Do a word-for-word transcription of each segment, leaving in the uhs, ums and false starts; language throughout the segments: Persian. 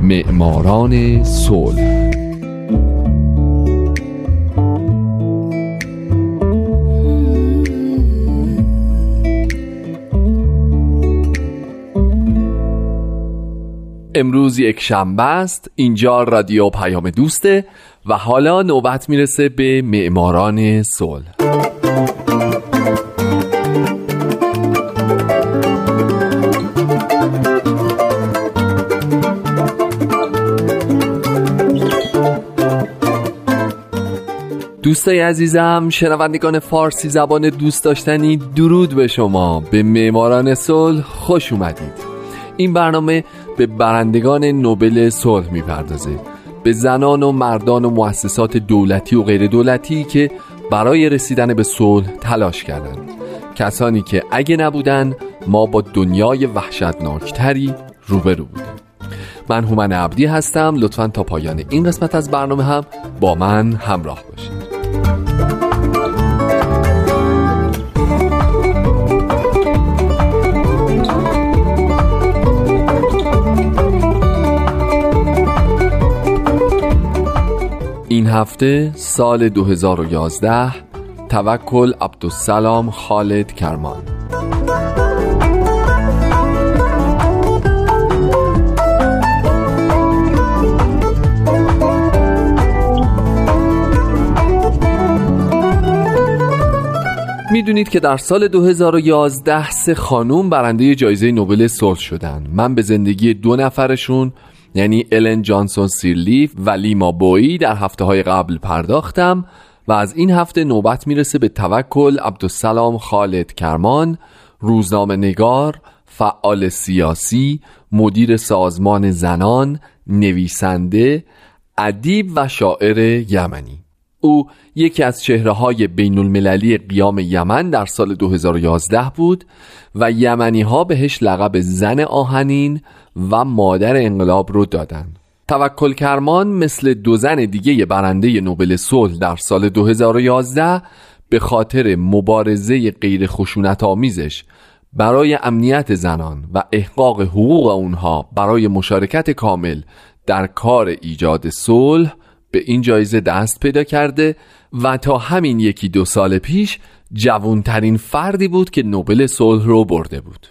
معماران صلح. امروز یک شنبه است، اینجا رادیو پیام دوسته و حالا نوبت میرسه به معماران صلح. دوستای عزیزم، شنوندگان فارسی زبان دوست داشتنی، درود به شما. به معماران صلح خوش اومدید. این برنامه به برندگان نوبل صلح میپردازه، به زنان و مردان و مؤسسات دولتی و غیر دولتی که برای رسیدن به صلح تلاش کردن، کسانی که اگه نبودن ما با دنیای وحشتناکتری روبرو بودیم. من هومن عبدی هستم. لطفاً تا پایان این قسمت از برنامه هم با من همراه باشید. این هفته سال دو هزار و یازده، توکل عبدالسلام خالد کرمان. میدونید که در سال دو هزار و یازده سه خانوم برنده جایزه نوبل صلح شدن. من به زندگی دو نفرشون، یعنی الن جانسون سیرلیف و لیما بویی، در هفته های قبل پرداختم و از این هفته نوبت میرسه به توکل عبدالسلام خالد کرمان، روزنامه نگار، فعال سیاسی، مدیر سازمان زنان، نویسنده، ادیب و شاعر یمنی. او یکی از چهره‌های بین‌المللی قیام یمن در سال دو هزار و یازده بود و یمنی‌ها بهش لقب زن آهنین و مادر انقلاب رو دادن. توکل کرمان مثل دو زن دیگه برنده نوبل صلح در سال دو هزار و یازده به خاطر مبارزه غیر خشونت‌آمیزش برای امنیت زنان و احقاق حقوق اونها برای مشارکت کامل در کار ایجاد صلح به این جایزه دست پیدا کرده و تا همین یکی دو سال پیش جوانترین فردی بود که نوبل صلح رو برده بود.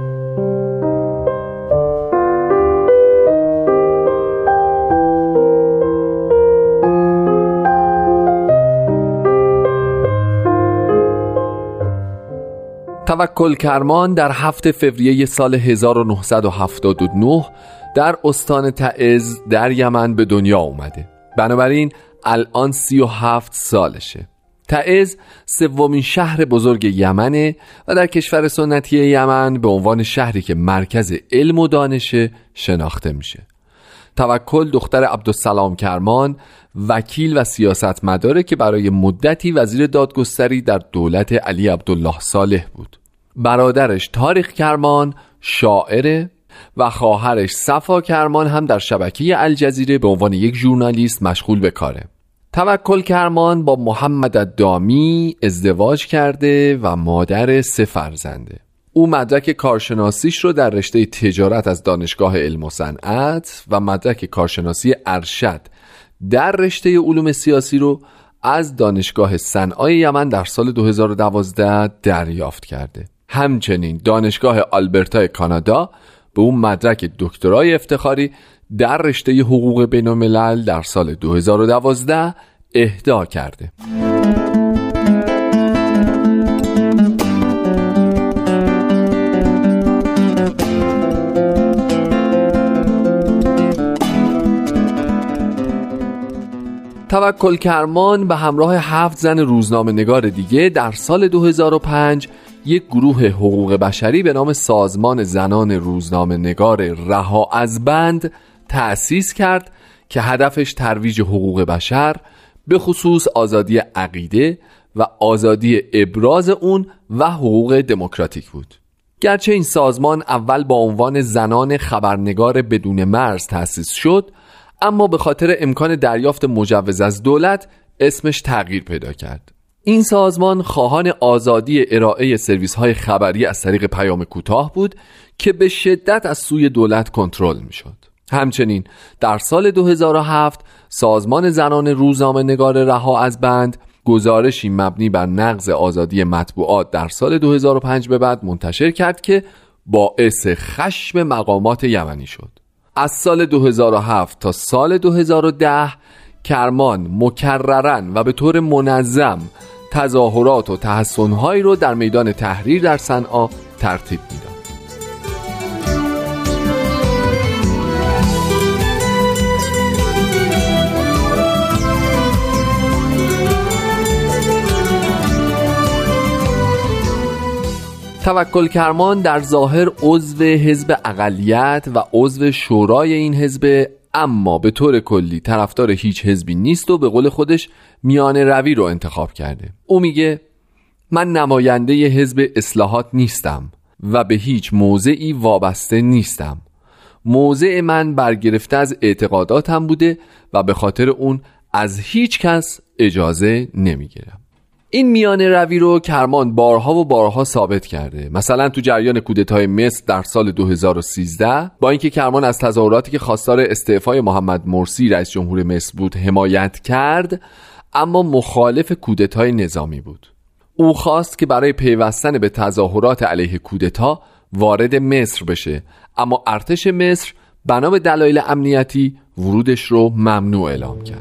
توکل کرمان در هفتم فوریه سال هزار و نهصد و هفتاد و نه در استان تعز در یمن به دنیا اومده. بنابراین الان سی و هفت سالشه. تعز سومین شهر بزرگ یمنه و در کشور سنتی یمن به عنوان شهری که مرکز علم و دانشه شناخته میشه. توکل دختر عبدالسلام کرمان، وکیل و سیاستمداره که برای مدتی وزیر دادگستری در دولت علی عبدالله صالح بود. برادرش طارق کرمان شاعره و خواهرش صفا کرمان هم در شبکه الجزیره به عنوان یک ژورنالیست مشغول به کاره. توکل کرمان با محمد الدامی ازدواج کرده و مادر سه فرزنده. او مدرک کارشناسیش رو در رشته تجارت از دانشگاه علم و صنعت و مدرک کارشناسی ارشد در رشته علوم سیاسی رو از دانشگاه صنعای یمن در سال دو هزار و دوازده دریافت کرده. همچنین دانشگاه آلبرتا کانادا به اون مدرک دکترای افتخاری در رشته حقوق بین الملل در سال دو هزار و دوازده اهدا کرده. توکل کرمان به همراه هفت زن روزنامه نگار دیگه در سال دو هزار و پنج یک گروه حقوق بشری به نام سازمان زنان روزنامه نگار رها از بند تأسیس کرد که هدفش ترویج حقوق بشر، به خصوص آزادی عقیده و آزادی ابراز اون و حقوق دموکراتیک بود. گرچه این سازمان اول با عنوان زنان خبرنگار بدون مرز تأسیس شد، اما به خاطر امکان دریافت مجوز از دولت اسمش تغییر پیدا کرد. این سازمان خواهان آزادی ارائه سرویس‌های خبری از طریق پیام کوتاه بود که به شدت از سوی دولت کنترل می‌شد. همچنین در سال دو هزار و هفت سازمان زنان روزنامه نگار رها از بند گزارشی مبنی بر نقض آزادی مطبوعات در سال دو هزار و پنج به بعد منتشر کرد که باعث خشم مقامات یمنی شد. از سال دو هزار و هفت تا سال دو هزار و ده کرمان مکرراً و به طور منظم تظاهرات و تحصن‌هایی رو در میدان تحریر در صنعا ترتیب میداد. توکل کرمان در ظاهر عضو حزب اقلیت و عضو شورای این حزب، اما به طور کلی طرفدار هیچ حزبی نیست و به قول خودش میانه روی رو انتخاب کرده. او میگه من نماینده حزب اصلاحات نیستم و به هیچ موضعی وابسته نیستم. موضع من برگرفته از اعتقاداتم بوده و به خاطر اون از هیچ کس اجازه نمیگیرم. این میانه روی رو کرمان بارها و بارها ثابت کرده. مثلا تو جریان کودتای مصر در سال دو هزار و سیزده با اینکه کرمان از تظاهراتی که خواستار استعفای محمد مرسی رئیس جمهور مصر بود حمایت کرد، اما مخالف کودتای نظامی بود. او خواست که برای پیوستن به تظاهرات علیه کودتا وارد مصر بشه، اما ارتش مصر بنا به دلایل امنیتی ورودش رو ممنوع اعلام کرد.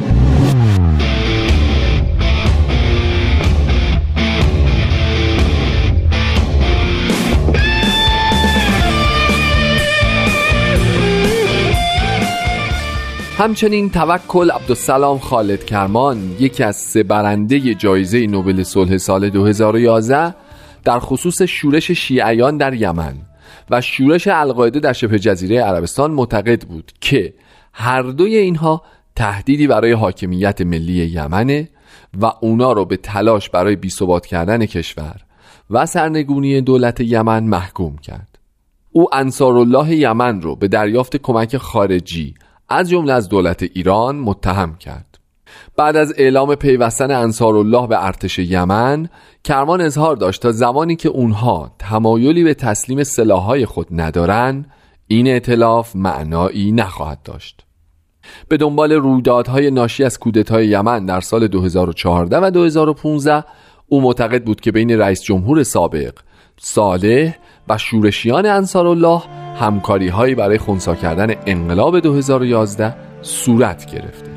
همچنین توکل عبدالسلام خالد کرمان، یکی از سه برنده جایزه نوبل صلح سال دو هزار و یازده در خصوص شورش شیعیان در یمن و شورش القاعده در شبه جزیره عربستان، معتقد بود که هر دوی اینها تهدیدی برای حاکمیت ملی یمنه و اونا رو به تلاش برای بی‌ثبات کردن کشور و سرنگونی دولت یمن محکوم کرد. او انصارالله یمن رو به دریافت کمک خارجی از جمله از دولت ایران متهم کرد. بعد از اعلام پیوستن انصارالله به ارتش یمن، کرمان اظهار داشت تا زمانی که اونها تمایلی به تسلیم سلاح‌های خود ندارن، این ائتلاف معنایی نخواهد داشت. به دنبال رویدادهای ناشی از کودتای یمن در سال دو هزار و چهارده و دو هزار و پانزده، او معتقد بود که بین رئیس جمهور سابق صالح و شورشیان انصارالله همکاری هایی برای خنثی کردن انقلاب دو هزار و یازده صورت گرفته.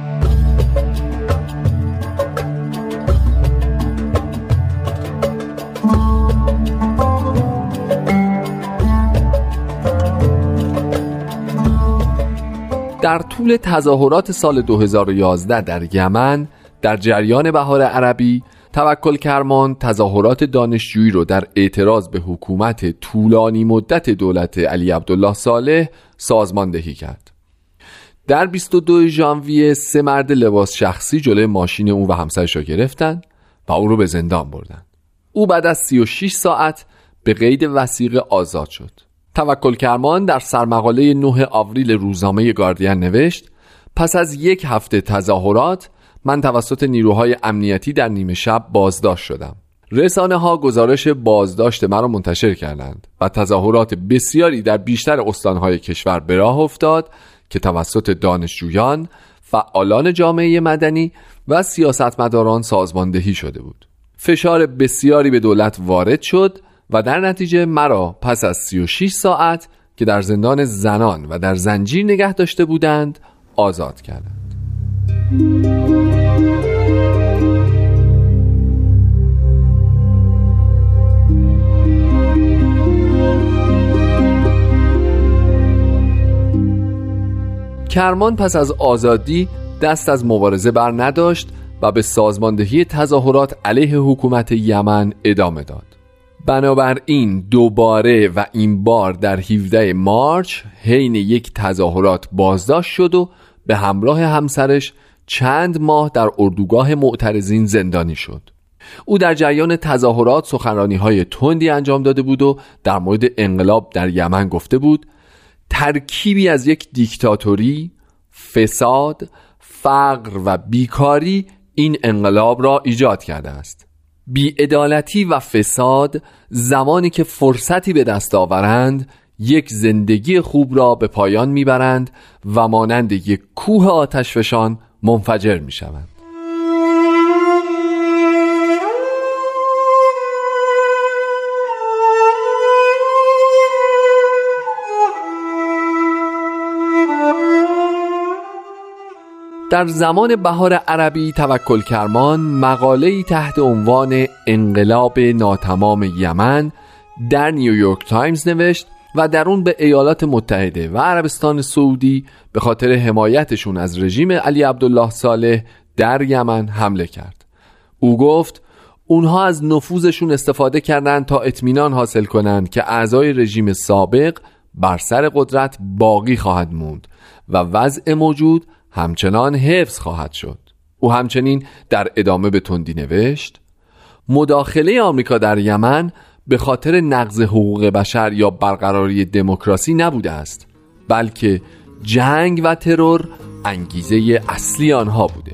در طول تظاهرات سال دو هزار و یازده در یمن در جریان بهار عربی، توکل کرمان تظاهرات دانشجویی رو در اعتراض به حکومت طولانی مدت دولت علی عبدالله صالح سازماندهی کرد. در بیست و دوم ژانویه سه مرد لباس شخصی جلوی ماشین او و همسرش را گرفتن و او رو به زندان بردن. او بعد از سی و شش ساعت به قید وثیقه آزاد شد. توکل کرمان در سرمقاله نه آوریل روزنامه گاردین نوشت: پس از یک هفته تظاهرات من توسط نیروهای امنیتی در نیمه شب بازداشت شدم. رسانه ها گزارش بازداشت مرا منتشر کردند و تظاهرات بسیاری در بیشتر استانهای کشور به راه افتاد که توسط دانشجویان، فعالان جامعه مدنی و سیاستمداران سازماندهی شده بود. فشار بسیاری به دولت وارد شد و در نتیجه مرا پس از سی و شش ساعت که در زندان زنان و در زنجیر نگه داشته بودند آزاد کردند. کرمان پس از آزادی دست از مبارزه بر نداشت و به سازماندهی تظاهرات علیه حکومت یمن ادامه داد. بنابراین دوباره و این بار در هفدهم مارچ حین یک تظاهرات بازداشت شد و به همراه همسرش چند ماه در اردوگاه معترضین زندانی شد. او در جریان تظاهرات سخنرانی‌های تندی انجام داده بود و در مورد انقلاب در یمن گفته بود: ترکیبی از یک دیکتاتوری، فساد، فقر و بیکاری این انقلاب را ایجاد کرده است. بی‌عدالتی و فساد زمانی که فرصتی به دست آورند یک زندگی خوب را به پایان میبرند و مانند یک کوه آتشفشان منفجر میشوند. در زمان بهار عربی توکل کرمان مقاله‌ای تحت عنوان انقلاب ناتمام یمن در نیویورک تایمز نوشت و در اون به ایالات متحده و عربستان سعودی به خاطر حمایتشون از رژیم علی عبدالله صالح در یمن حمله کرد. او گفت اونها از نفوذشون استفاده کردند تا اطمینان حاصل کنند که اعضای رژیم سابق بر سر قدرت باقی خواهد موند و وضع موجود همچنان حفظ خواهد شد. او همچنین در ادامه به تندی نوشت مداخله آمریکا در یمن به خاطر نقض حقوق بشر یا برقراری دموکراسی نبوده است، بلکه جنگ و ترور انگیزه اصلی آنها بوده.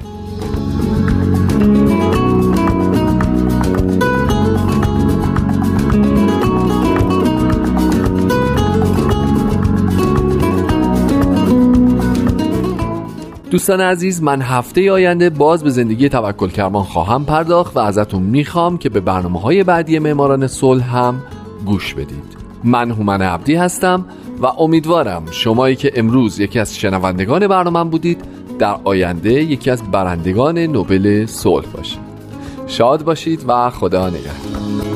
دوستان عزیز، من هفته آینده باز به زندگی توکل کرمان خواهم پرداخت و ازتون میخوام که به برنامه‌های بعدی معماران صلح هم گوش بدید. من هومن عبدی هستم و امیدوارم شمایی که امروز یکی از شنوندگان برنامه‌ام بودید در آینده یکی از برندگان نوبل صلح باشید. شاد باشید و خدا نگهدار.